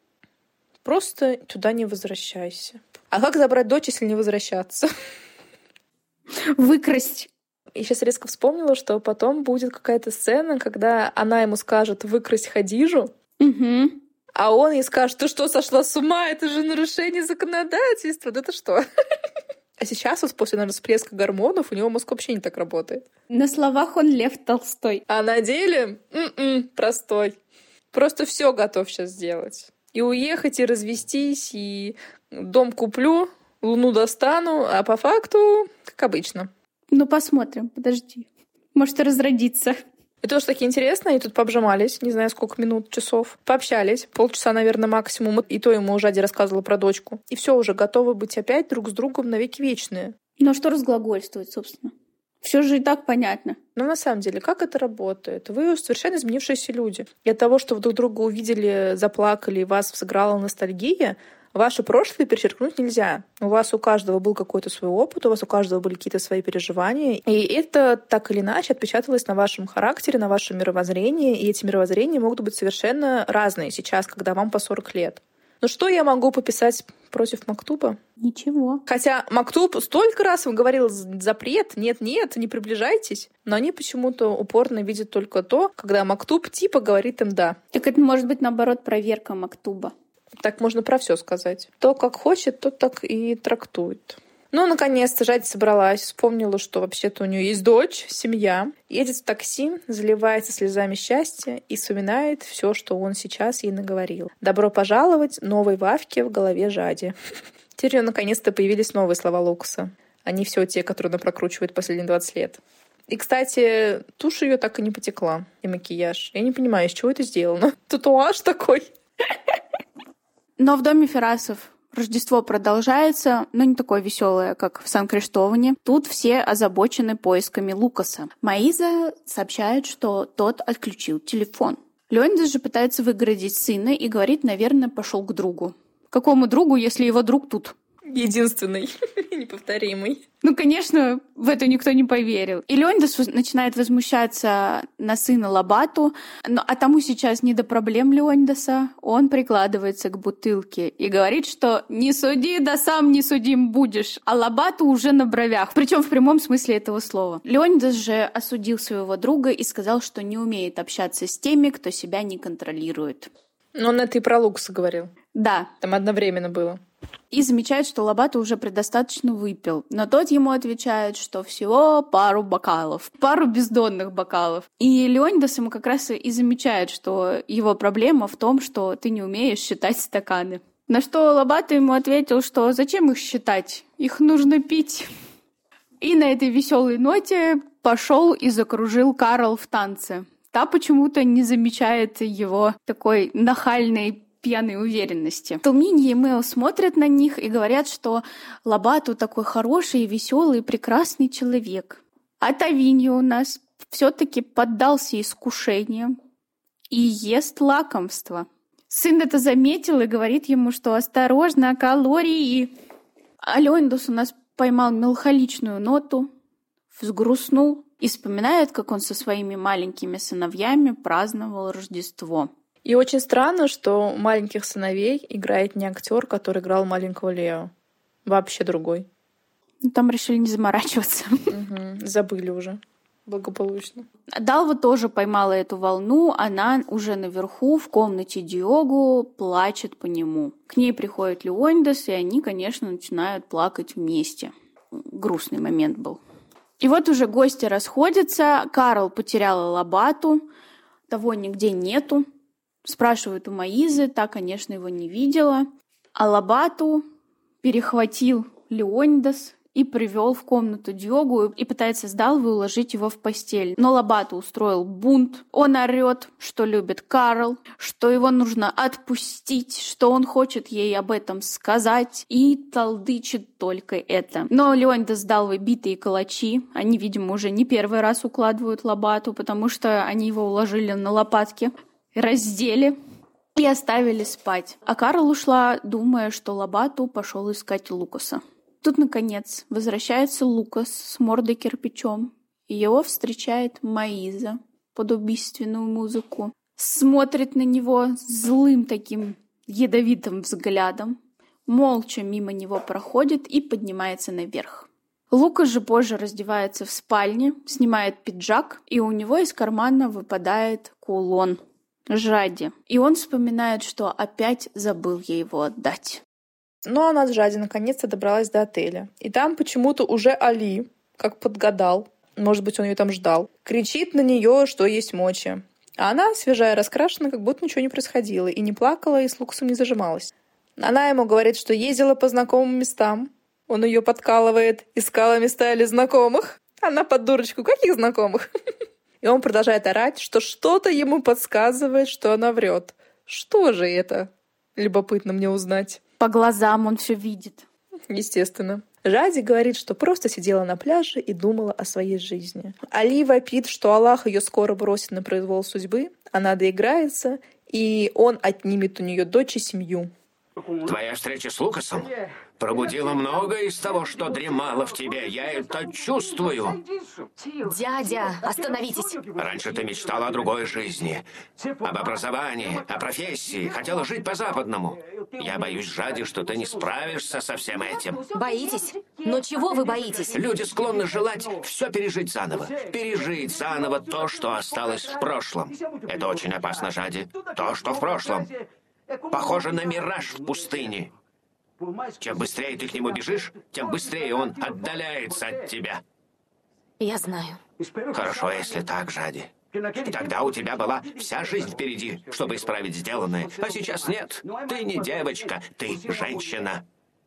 Просто туда не возвращайся. А как забрать дочь, если не возвращаться? Выкрасть. И сейчас резко вспомнила, что потом будет какая-то сцена, когда она ему скажет выкрасть Хадижу, Угу. а он ей скажет, ты что, сошла с ума? Это же нарушение законодательства. Да ты что? А сейчас, вот после, наверное, всплеска гормонов, у него мозг вообще не так работает. На словах он Лев Толстой. А на деле м-м, простой. Просто все готов сейчас сделать. И уехать, и развестись, и дом куплю, луну достану, а по факту, как обычно. Ну, посмотрим, подожди. Может, и разродиться. И тоже таки интересно, они тут пообжимались, не знаю, сколько минут, часов. Пообщались, полчаса, наверное, максимум. И то ему Жади рассказывала про дочку. И все уже, готовы быть опять друг с другом навеки вечные. Ну, а что разглагольствовать, собственно? Все же и так понятно. Но на самом деле, как это работает? Вы совершенно изменившиеся люди. И от того, что вы друг друга увидели, заплакали, и вас взыграла ностальгия, ваше прошлое перечеркнуть нельзя. У вас у каждого был какой-то свой опыт, у вас у каждого были какие-то свои переживания. И это так или иначе отпечаталось на вашем характере, на вашем мировоззрении. И эти мировоззрения могут быть совершенно разные сейчас, когда вам по сорок лет. Ну что я могу пописать против Мактуба? Ничего. Хотя Мактуб столько раз им говорил запрет, нет-нет, не приближайтесь, но они почему-то упорно видят только то, когда Мактуб типа говорит им «да». Так это может быть, наоборот, проверка Мактуба. Так можно про все сказать. То, как хочет, то так и трактует. Ну, наконец-то Жади собралась, вспомнила, что вообще-то у нее есть дочь, семья. Едет в такси, заливается слезами счастья и вспоминает все, что он сейчас ей наговорил. Добро пожаловать новой Вавке в голове Жади. Теперь у нее наконец-то появились новые слова Лукаса. Они все те, которые она прокручивает последние двадцать лет. И, кстати, тушь ее так и не потекла, и макияж. Я не понимаю, из чего это сделано. Татуаж такой. Но в доме Феррасов Рождество продолжается, но не такое веселое, как в Сан-Криштоване. Тут все озабочены поисками Лукаса. Маиза сообщает, что тот отключил телефон. Леонидас же пытается выгородить сына и говорит, наверное, пошел к другу. Какому другу, если его друг тут? Единственный, неповторимый. Ну, конечно, в это никто не поверил. И Леонидас начинает возмущаться на сына Лабату, но, а тому сейчас не до проблем Леонидаса. Он прикладывается к бутылке и говорит, что «не суди, да сам не судим будешь», а Лабату уже на бровях, причем в прямом смысле этого слова. Леонидас же осудил своего друга и сказал, что не умеет общаться с теми, кто себя не контролирует. Но он это и про Лукаса говорил. Да. Там одновременно было. И замечает, что Лабата уже предостаточно выпил. Но тот ему отвечает, что всего пару бокалов. Пару бездонных бокалов. И Леонидас ему как раз и замечает, что его проблема в том, что ты не умеешь считать стаканы. На что Лабата ему ответил, что зачем их считать? Их нужно пить. И на этой веселой ноте пошел и закружил Карл в танце. Та почему-то не замечает его такой нахальной пьяной уверенности. Толмини и Мэо смотрят на них и говорят, что Лабату такой хороший, веселый, прекрасный человек. А Тавиньо у нас все-таки поддался искушениям и ест лакомство. Сын это заметил и говорит ему, что осторожно, калории. А Леонидас у нас поймал меланхоличную ноту, взгрустнул и вспоминает, как он со своими маленькими сыновьями праздновал Рождество. И очень странно, что маленьких сыновей играет не актер, который играл маленького Лео. Вообще другой. Там решили не заморачиваться. Угу. Забыли уже. Благополучно. Далва тоже поймала эту волну. Она уже наверху, в комнате Диогу, плачет по нему. К ней приходит Леонидас, и они, конечно, начинают плакать вместе. Грустный момент был. И вот уже гости расходятся. Карл потеряла Лабату. Того нигде нету. Спрашивают у Маизы, та, конечно, его не видела. А Лабату перехватил Леонидас и привел в комнату Диогу и пытается с Далвой уложить его в постель. Но Лабату устроил бунт. Он орет, что любит Карл, что его нужно отпустить, что он хочет ей об этом сказать, и толдычит только это. Но Леонидас с Далвой битые калачи. Они, видимо, уже не первый раз укладывают Лабату, потому что они его уложили на лопатки, раздели и оставили спать. А Карл ушла, думая, что Лабату пошел искать Лукаса. Тут, наконец, возвращается Лукас с мордой кирпичом, и его встречает Маиза под убийственную музыку. Смотрит на него злым таким ядовитым взглядом, молча мимо него проходит и поднимается наверх. Лукас же позже раздевается в спальне, снимает пиджак, и у него из кармана выпадает кулон Жади. И он вспоминает, что опять забыл ей его отдать. Но она с Жади наконец-то добралась до отеля. И там почему-то уже Али, как подгадал, может быть, он ее там ждал, кричит на нее, что есть мочи. А она, свежая, раскрашена, как будто ничего не происходило, и не плакала, и с Лукасом не зажималась. Она ему говорит, что ездила по знакомым местам. Он ее подкалывает, искала места или знакомых. Она под дурочку, каких знакомых? И он продолжает орать, что что-то ему подсказывает, что она врет. Что же это? Любопытно мне узнать. По глазам он все видит. Естественно. Жади говорит, что просто сидела на пляже и думала о своей жизни. Али вопит, что Аллах ее скоро бросит на произвол судьбы, она доиграется, и он отнимет у нее дочь и семью. Твоя встреча с Лукасом? пробудила многое из того, что дремало в тебе. Я это чувствую. Дядя, остановитесь. Раньше ты мечтала о другой жизни, об образовании, о профессии, хотела жить по-западному. Я боюсь, Жади, что ты не справишься со всем этим. Боитесь? Но чего вы боитесь? Люди склонны желать все пережить заново. Пережить заново то, что осталось в прошлом. Это очень опасно, Жади. То, что в прошлом. Похоже на мираж в пустыне. Чем быстрее ты к нему бежишь, тем быстрее он отдаляется от тебя. Я знаю. Хорошо, если так, Жади. И тогда у тебя была вся жизнь впереди, чтобы исправить сделанное. А сейчас нет. Ты не девочка, ты женщина.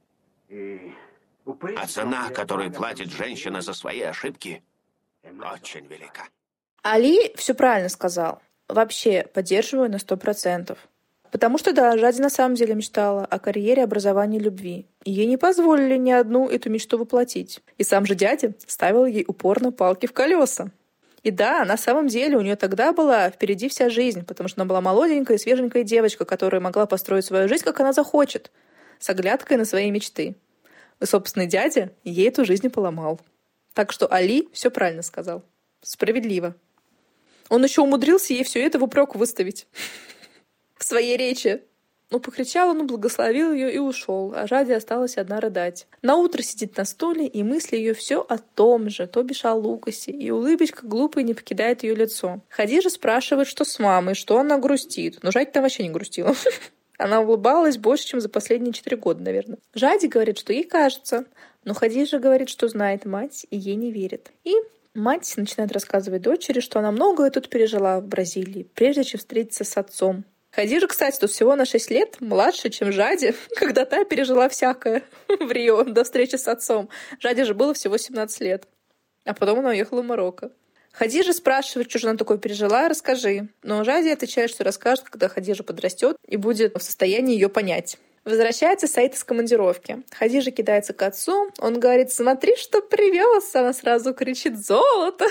А цена, которую платит женщина за свои ошибки, очень велика. Али все правильно сказал. Вообще, поддерживаю на сто процентов. Потому что, да, Жади на самом деле мечтала о карьере, образовании, любви. И ей не позволили ни одну эту мечту воплотить. И сам же дядя ставил ей упорно палки в колеса. И да, на самом деле у нее тогда была впереди вся жизнь, потому что она была молоденькая и свеженькая девочка, которая могла построить свою жизнь, как она захочет, с оглядкой на свои мечты. И собственный дядя ей эту жизнь поломал. Так что Али все правильно сказал. Справедливо. Он еще умудрился ей все это в упрек выставить. В своей речи. Ну, покричал он, благословил ее и ушел, а Жади осталась одна рыдать. Наутро сидит на стуле, и мысли ее все о том же, то бишь о Лукасе, и улыбочка глупая не покидает ее лицо. Хадижа спрашивает, что с мамой, что она грустит. Но Жади там вообще не грустила. Она улыбалась больше, чем за последние четыре года, наверное. Жади говорит, что ей кажется, но Хадижа говорит, что знает мать, и ей не верит. И мать начинает рассказывать дочери, что она многое тут пережила в Бразилии, прежде чем встретиться с отцом. Хадижа, кстати, тут всего на шесть лет младше, чем Жади, когда та пережила всякое в Рио до встречи с отцом. Жади же было всего семнадцать лет. А потом она уехала в Марокко. Хадижа спрашивает, что же она такое пережила, расскажи. Но Жади отвечает, что расскажет, когда Хадижа подрастет и будет в состоянии ее понять. Возвращается Саид из командировки. Хадижа кидается к отцу. Он говорит, смотри, что привез. Она сразу кричит, золото.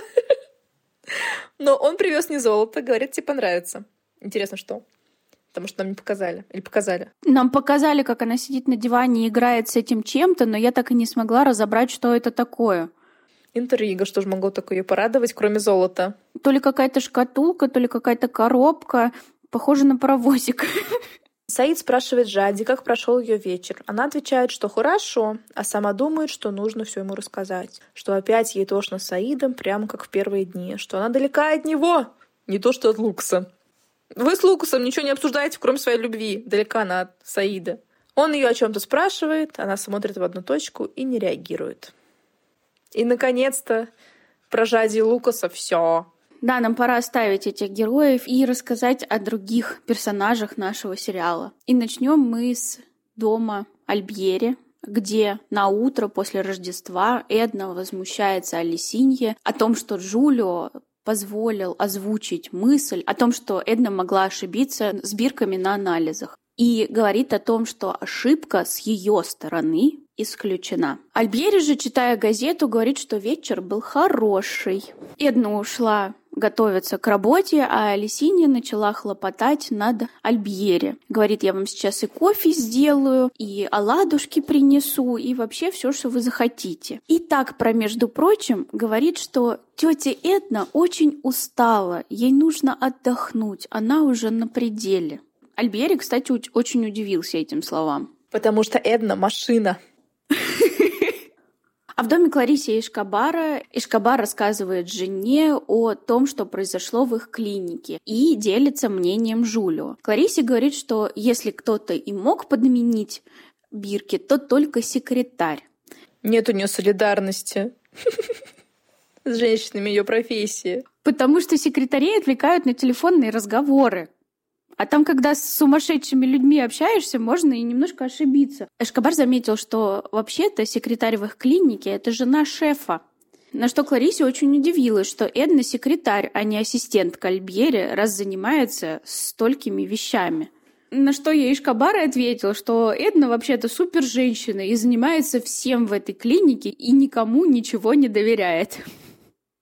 Но он привез не золото, говорит, тебе понравится. Интересно, что? Потому что нам не показали. Или показали? Нам показали, как она сидит на диване и играет с этим чем-то, но я так и не смогла разобрать, что это такое. Интрига, что же могло так ее порадовать, кроме золота? То ли какая-то шкатулка, то ли какая-то коробка. Похоже на паровозик. Саид спрашивает Жади, как прошел ее вечер. Она отвечает, что хорошо, а сама думает, что нужно все ему рассказать. Что опять ей тошно с Саидом, прямо как в первые дни. Что она далека от него, не то что от Лукаса. Вы с Лукасом ничего не обсуждаете, кроме своей любви. Далека она от Саида. Он ее о чем-то спрашивает, она смотрит в одну точку и не реагирует. И, наконец-то, про Жади и Лукаса все. Да, нам пора оставить этих героев и рассказать о других персонажах нашего сериала. И начнем мы с дома Альбьери, где на утро после Рождества Эдна возмущается Алисинье о том, что Джулио позволил озвучить мысль о том, что Эдна могла ошибиться с бирками на анализах. И говорит о том, что ошибка с ее стороны исключена. Альбьери же, читая газету, говорит, что вечер был хороший. Эдна ушла готовиться к работе, а Алисинья начала хлопотать над Альбьери. Говорит, я вам сейчас и кофе сделаю, и оладушки принесу, и вообще все, что вы захотите. И так, про между прочим, говорит, что тетя Эдна очень устала, ей нужно отдохнуть, она уже на пределе. Альбьери, кстати, очень удивился этим словам. Потому что Эдна — машина. А в доме Кларисе и Эшкобара Эшкобар рассказывает жене о том, что произошло в их клинике, и делится мнением Жулио. Кларисе говорит, что если кто-то и мог подменить бирки, то только секретарь. Нет у нее солидарности с женщинами ее профессии. Потому что секретарей отвлекают на телефонные разговоры. А там, когда с сумасшедшими людьми общаешься, можно и немножко ошибиться. Эшкобар заметил, что вообще-то секретарь в их клинике — это жена шефа. На что Кларисе очень удивилось, что Эдна секретарь, а не ассистентка Альбьери, раз занимается столькими вещами. На что ей Эшкобар ответил, что Эдна вообще-то супер женщина и занимается всем в этой клинике и никому ничего не доверяет.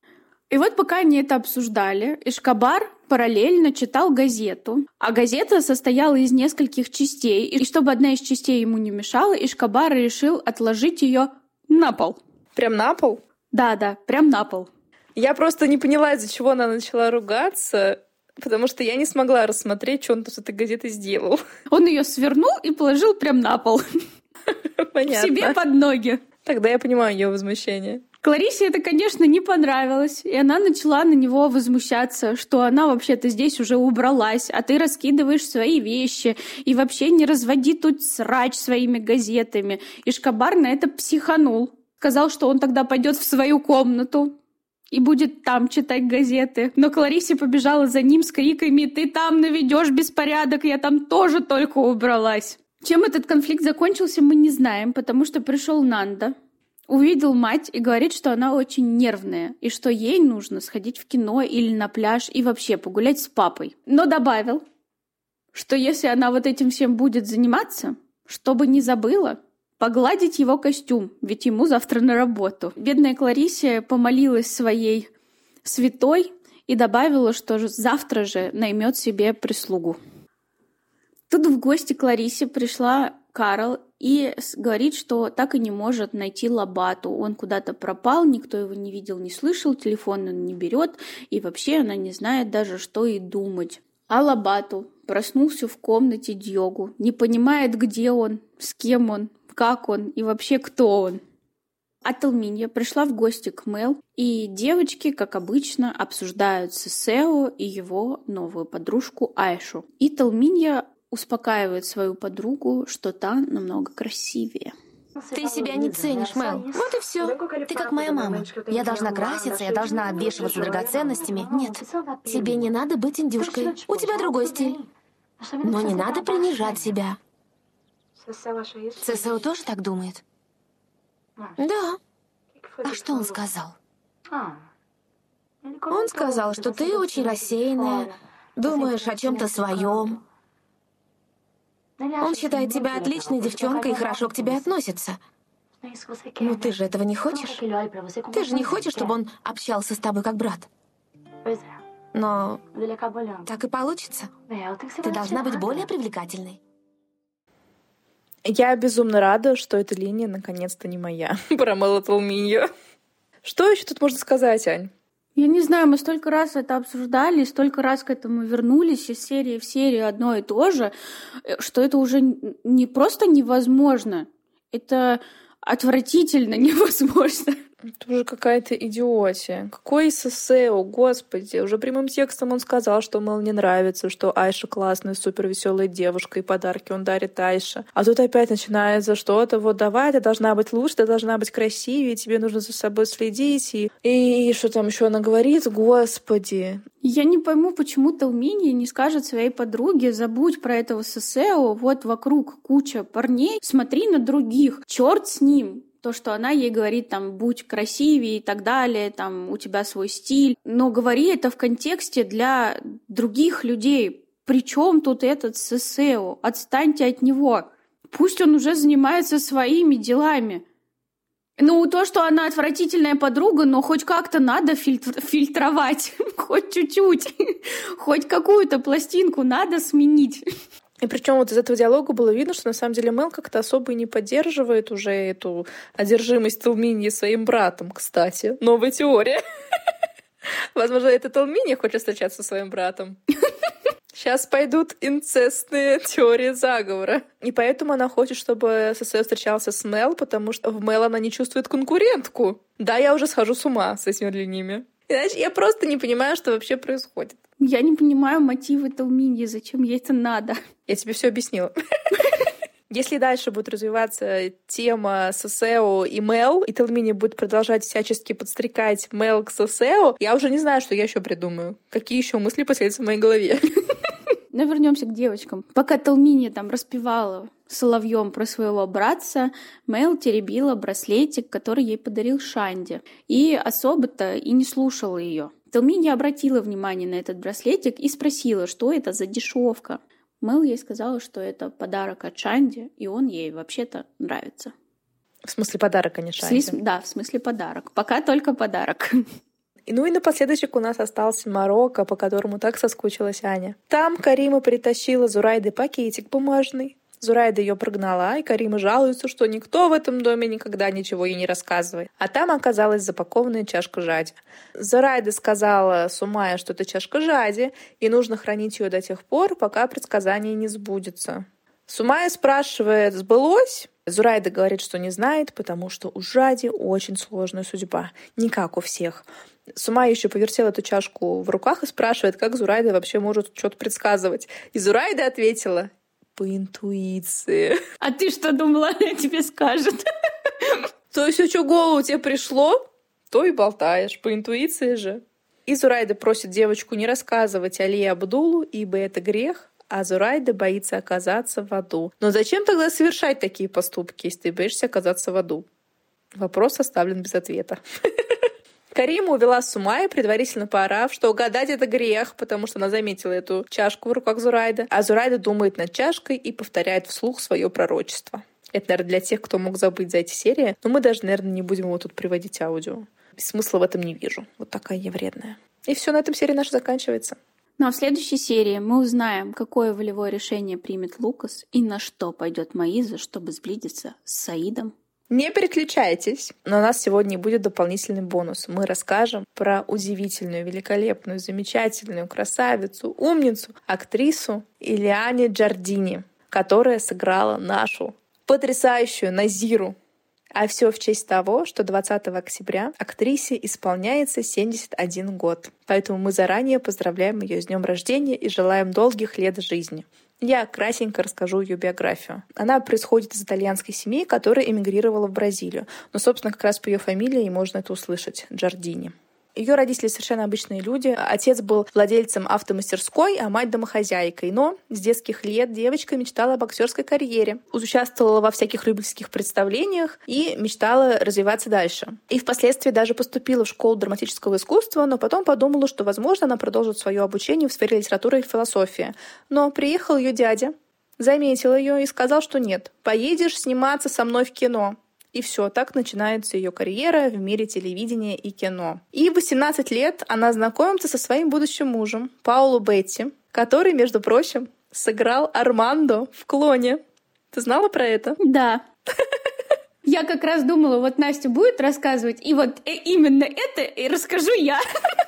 И вот пока они это обсуждали, Эшкобар параллельно читал газету. А газета состояла из нескольких частей. И чтобы одна из частей ему не мешала, Эшкобар решил отложить ее на пол. Прям на пол? Да-да, прям на пол. Я просто не поняла, из-за чего она начала ругаться, потому что я не смогла рассмотреть, что он тут с этой газетой сделал. Он ее свернул и положил прям на пол. Понятно. Себе под ноги. Тогда я понимаю ее возмущение. Кларисе это, конечно, не понравилось, и она начала на него возмущаться, что она вообще-то здесь уже убралась, а ты раскидываешь свои вещи, и вообще не разводи тут срач своими газетами. И Эшкобар на это психанул. Сказал, что он тогда пойдет в свою комнату и будет там читать газеты. Но Кларисе побежала за ним с криками: «Ты там наведешь беспорядок, я там тоже только убралась». Чем этот конфликт закончился, мы не знаем, потому что пришел Нанда, увидел мать и говорит, что она очень нервная, и что ей нужно сходить в кино или на пляж и вообще погулять с папой. Но добавил, что если она вот этим всем будет заниматься, чтобы не забыла погладить его костюм, ведь ему завтра на работу. Бедная Кларисе помолилась своей святой и добавила, что завтра же наймет себе прислугу. Тут в гости к Кларисе пришла Карл и говорит, что так и не может найти Лабату. Он куда-то пропал, никто его не видел, не слышал, телефон он не берет, и вообще она не знает даже, что и думать. А Лабату проснулся в комнате Дьогу, не понимает, где он, с кем он, как он и вообще кто он. А Телминья пришла в гости к Мел, и девочки, как обычно, обсуждают Сесео и его новую подружку Айшу. И Телминья успокаивает свою подругу, что та намного красивее. Ты себя не ценишь, Мел. Вот и все. Ты как моя мама. Я должна краситься, я должна обвешиваться драгоценностями. Нет, тебе не надо быть индюшкой. У тебя другой стиль. Но не надо принижать себя. Сесео тоже так думает? Да. А что он сказал? Он сказал, что ты очень рассеянная, думаешь о чем-то своем. Он считает тебя отличной девчонкой и хорошо к тебе относится. Ну ты же этого не хочешь? Ты же не хочешь, чтобы он общался с тобой как брат? Но так и получится. Ты должна быть более привлекательной. Я безумно рада, что эта линия наконец-то не моя. Про Мел и Телминью. Что еще тут можно сказать, Ань? Я не знаю, мы столько раз это обсуждали, столько раз к этому вернулись из серии в серию одно и то же, что это уже не просто невозможно, это отвратительно невозможно. Это уже какая-то идиотия. Какой Сесео, господи. Уже прямым текстом он сказал, что Мел не нравится, что Айша классная, супер веселая девушка, и подарки он дарит Айше. А тут опять начинается что-то, вот давай, ты должна быть лучше, ты должна быть красивее, тебе нужно за собой следить. И, и что там еще она говорит? Господи. Я не пойму, почему Телминья не скажет своей подруге: забудь про этого Сесео, вот вокруг куча парней, смотри на других, черт с ним. То, что она ей говорит, там, будь красивее и так далее, там, у тебя свой стиль. Но говори это в контексте для других людей. Причем тут этот Сесео? Отстаньте от него. Пусть он уже занимается своими делами. Ну, то, что она отвратительная подруга, но хоть как-то надо фильтр- фильтровать. Хоть чуть-чуть. Хоть какую-то пластинку надо сменить. И причем вот из этого диалога было видно, что на самом деле Мел как-то особо и не поддерживает уже эту одержимость Телминьи своим братом, кстати. Новая теория. Возможно, это Телминья хочет встречаться со своим братом. Сейчас пойдут инцестные теории заговора. И поэтому она хочет, чтобы Сесео встречался с Мел, потому что в Мел она не чувствует конкурентку. Да, я уже схожу с ума с этими линиями. Иначе я просто не понимаю, что вообще происходит. Я не понимаю мотивы Телминьи, зачем ей это надо. Я тебе все объяснила. Если дальше будет развиваться тема Сесео и Мел, и Телминья будет продолжать всячески подстрекать Мел к Сесео, я уже не знаю, что я еще придумаю. Какие еще мысли поселятся в моей голове. Но вернемся к девочкам. Пока Телминья там распевала соловьем про своего братца, Мел теребила браслетик, который ей подарил Шанди. И особо-то и не слушала ее. Телминья обратила внимание на этот браслетик и спросила, что это за дешевка. Мел ей сказала, что это подарок от Шанди, и он ей вообще-то нравится. В смысле подарок, а не Шанди? В смысле, да, в смысле подарок. Пока только подарок. Ну и напоследок у нас остался Марокко, по которому так соскучилась Аня. Там Карима притащила Зурайде пакетик бумажный. Зурайда ее прогнала, и Карима жалуется, что никто в этом доме никогда ничего ей не рассказывает. А там оказалась запакованная чашка жади. Зурайда сказала Сумае, что это чашка жади, и нужно хранить ее до тех пор, пока предсказание не сбудется. Сумая спрашивает, сбылось? Зурайда говорит, что не знает, потому что у жади очень сложная судьба, не как у всех. Сумая еще повертела эту чашку в руках и спрашивает, как Зурайда вообще может что-то предсказывать. И Зурайда ответила: по интуиции. А ты что думала, она тебе скажет? То есть, что в голову тебе пришло, то и болтаешь, по интуиции же. И Зурайда просит девочку не рассказывать Али Абдулу, ибо это грех, а Зурайда боится оказаться в аду. Но зачем тогда совершать такие поступки, если ты боишься оказаться в аду? Вопрос оставлен без ответа. Карима увела Сумая, предварительно поорав, что угадать — это грех, потому что она заметила эту чашку в руках Зурайды. А Зурайда думает над чашкой и повторяет вслух свое пророчество. Это, наверное, для тех, кто мог забыть за эти серии, но мы даже, наверное, не будем его тут приводить аудио. Смысла в этом не вижу. Вот такая я вредная. И все, на этом серия наша заканчивается. Ну а в следующей серии мы узнаем, какое волевое решение примет Лукас и на что пойдет Маиза, чтобы сблизиться с Саидом. Не переключайтесь, но у нас сегодня будет дополнительный бонус. Мы расскажем про удивительную, великолепную, замечательную красавицу, умницу, актрису Илиане Джардини, которая сыграла нашу потрясающую Назиру. А все в честь того, что двадцатого октября актрисе исполняется семьдесят один год. Поэтому мы заранее поздравляем ее с днем рождения и желаем долгих лет жизни. Я кратенько расскажу ее биографию. Она происходит из итальянской семьи, которая эмигрировала в Бразилию. Но, собственно, как раз по ее фамилии и можно это услышать — Джардини. Ее родители совершенно обычные люди. Отец был владельцем автомастерской, а мать — домохозяйкой. Но с детских лет девочка мечтала об актерской карьере. Участвовала во всяких любительских представлениях и мечтала развиваться дальше. И впоследствии даже поступила в школу драматического искусства, но потом подумала, что, возможно, она продолжит свое обучение в сфере литературы и философии. Но приехал ее дядя, заметил ее и сказал, что нет, поедешь сниматься со мной в кино. И все, так начинается ее карьера в мире телевидения и кино. И в восемнадцать лет она знакомится со своим будущим мужем Паоло Бетти, который, между прочим, сыграл Армандо в «Клоне». Ты знала про это? Да. Я как раз думала, вот Настя будет рассказывать, и вот именно это и расскажу я.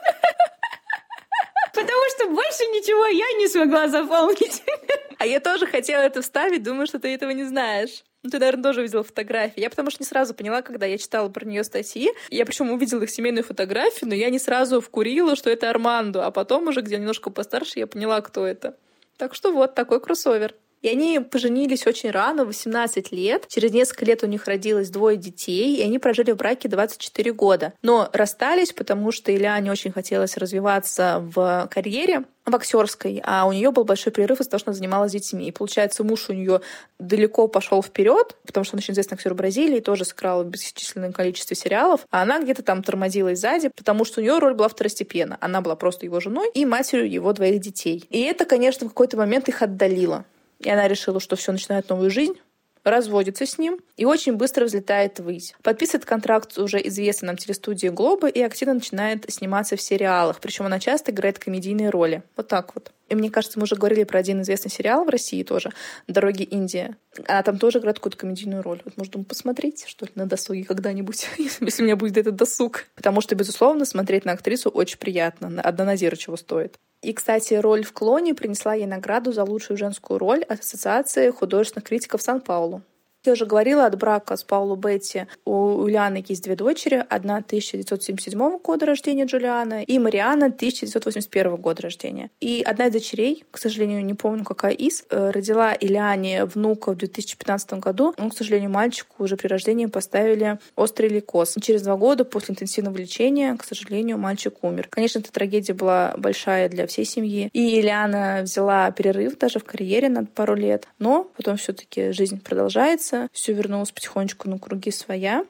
Потому что больше ничего я не смогла запомнить. А я тоже хотела это вставить, думаю, что ты этого не знаешь. Ну, ты, наверное, тоже видела фотографии. Я потому что не сразу поняла, когда я читала про нее статьи. Я причем увидела их семейную фотографию, но я не сразу вкурила, что это Армандо. А потом уже, где немножко постарше, я поняла, кто это. Так что вот такой кроссовер. И они поженились очень рано, в восемнадцать лет. Через несколько лет у них родилось двое детей, и они прожили в браке двадцать четыре года. Но расстались, потому что Илиане очень хотелось развиваться в карьере, в актерской, а у нее был большой перерыв из-за того, что она занималась детьми. И получается, муж у нее далеко пошел вперед, потому что он очень известный актер в Бразилии, тоже сыграл в бесчисленном количестве сериалов, а она где-то там тормозилась сзади, потому что у нее роль была второстепенна. Она была просто его женой и матерью его двоих детей. И это, конечно, в какой-то момент их отдалило. И она решила, что все, начинает новую жизнь, разводится с ним и очень быстро взлетает ввысь. Подписывает контракт с уже известной нам телестудией «Глобо» и активно начинает сниматься в сериалах. Причем она часто играет комедийные роли. Вот так вот. И мне кажется, мы уже говорили про один известный сериал в России тоже «Дороги Индия». Она там тоже играет какую-то комедийную роль. Вот, может, думаю, посмотреть, что ли, на досуге когда-нибудь, если у меня будет этот досуг. Потому что, безусловно, смотреть на актрису очень приятно. Одна Назира чего стоит. И, кстати, роль в «Клоне» принесла ей награду за лучшую женскую роль от Ассоциации художественных критиков Сан-Паулу. Я уже говорила, от брака с Паоло Бетти у Ильяны есть две дочери. Одна тысяча девятьсот семьдесят седьмого года рождения Джулиана и Мариана тысяча девятьсот восемьдесят первого года рождения. И одна из дочерей, к сожалению, не помню, какая из, родила Ильяне внука в две тысячи пятнадцатом году. Но, к сожалению, мальчику уже при рождении поставили острый лейкоз. Через два года после интенсивного лечения, к сожалению, мальчик умер. Конечно, эта трагедия была большая для всей семьи. И Ильяна взяла перерыв даже в карьере на пару лет. Но потом все-таки жизнь продолжается. Все вернулось потихонечку на круги своя.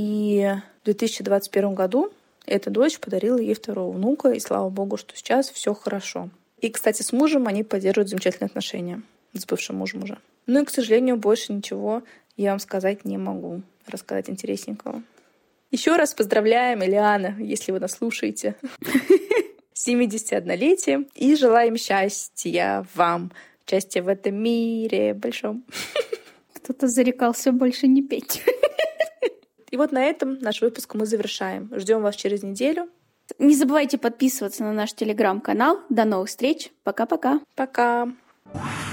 И в две тысячи двадцать первом году эта дочь подарила ей второго внука. И слава богу, что сейчас все хорошо. И, кстати, с мужем они поддерживают замечательные отношения. С бывшим мужем уже. Ну и, к сожалению, больше ничего я вам сказать не могу. Рассказать интересненького. Еще раз поздравляем Элиана, если вы нас слушаете, с семидесятиоднолетием и желаем счастья вам, счастья в этом мире большом. Кто-то зарекался больше не петь. И вот на этом наш выпуск мы завершаем. Ждем вас через неделю. Не забывайте подписываться на наш телеграм-канал. До новых встреч. Пока-пока. Пока.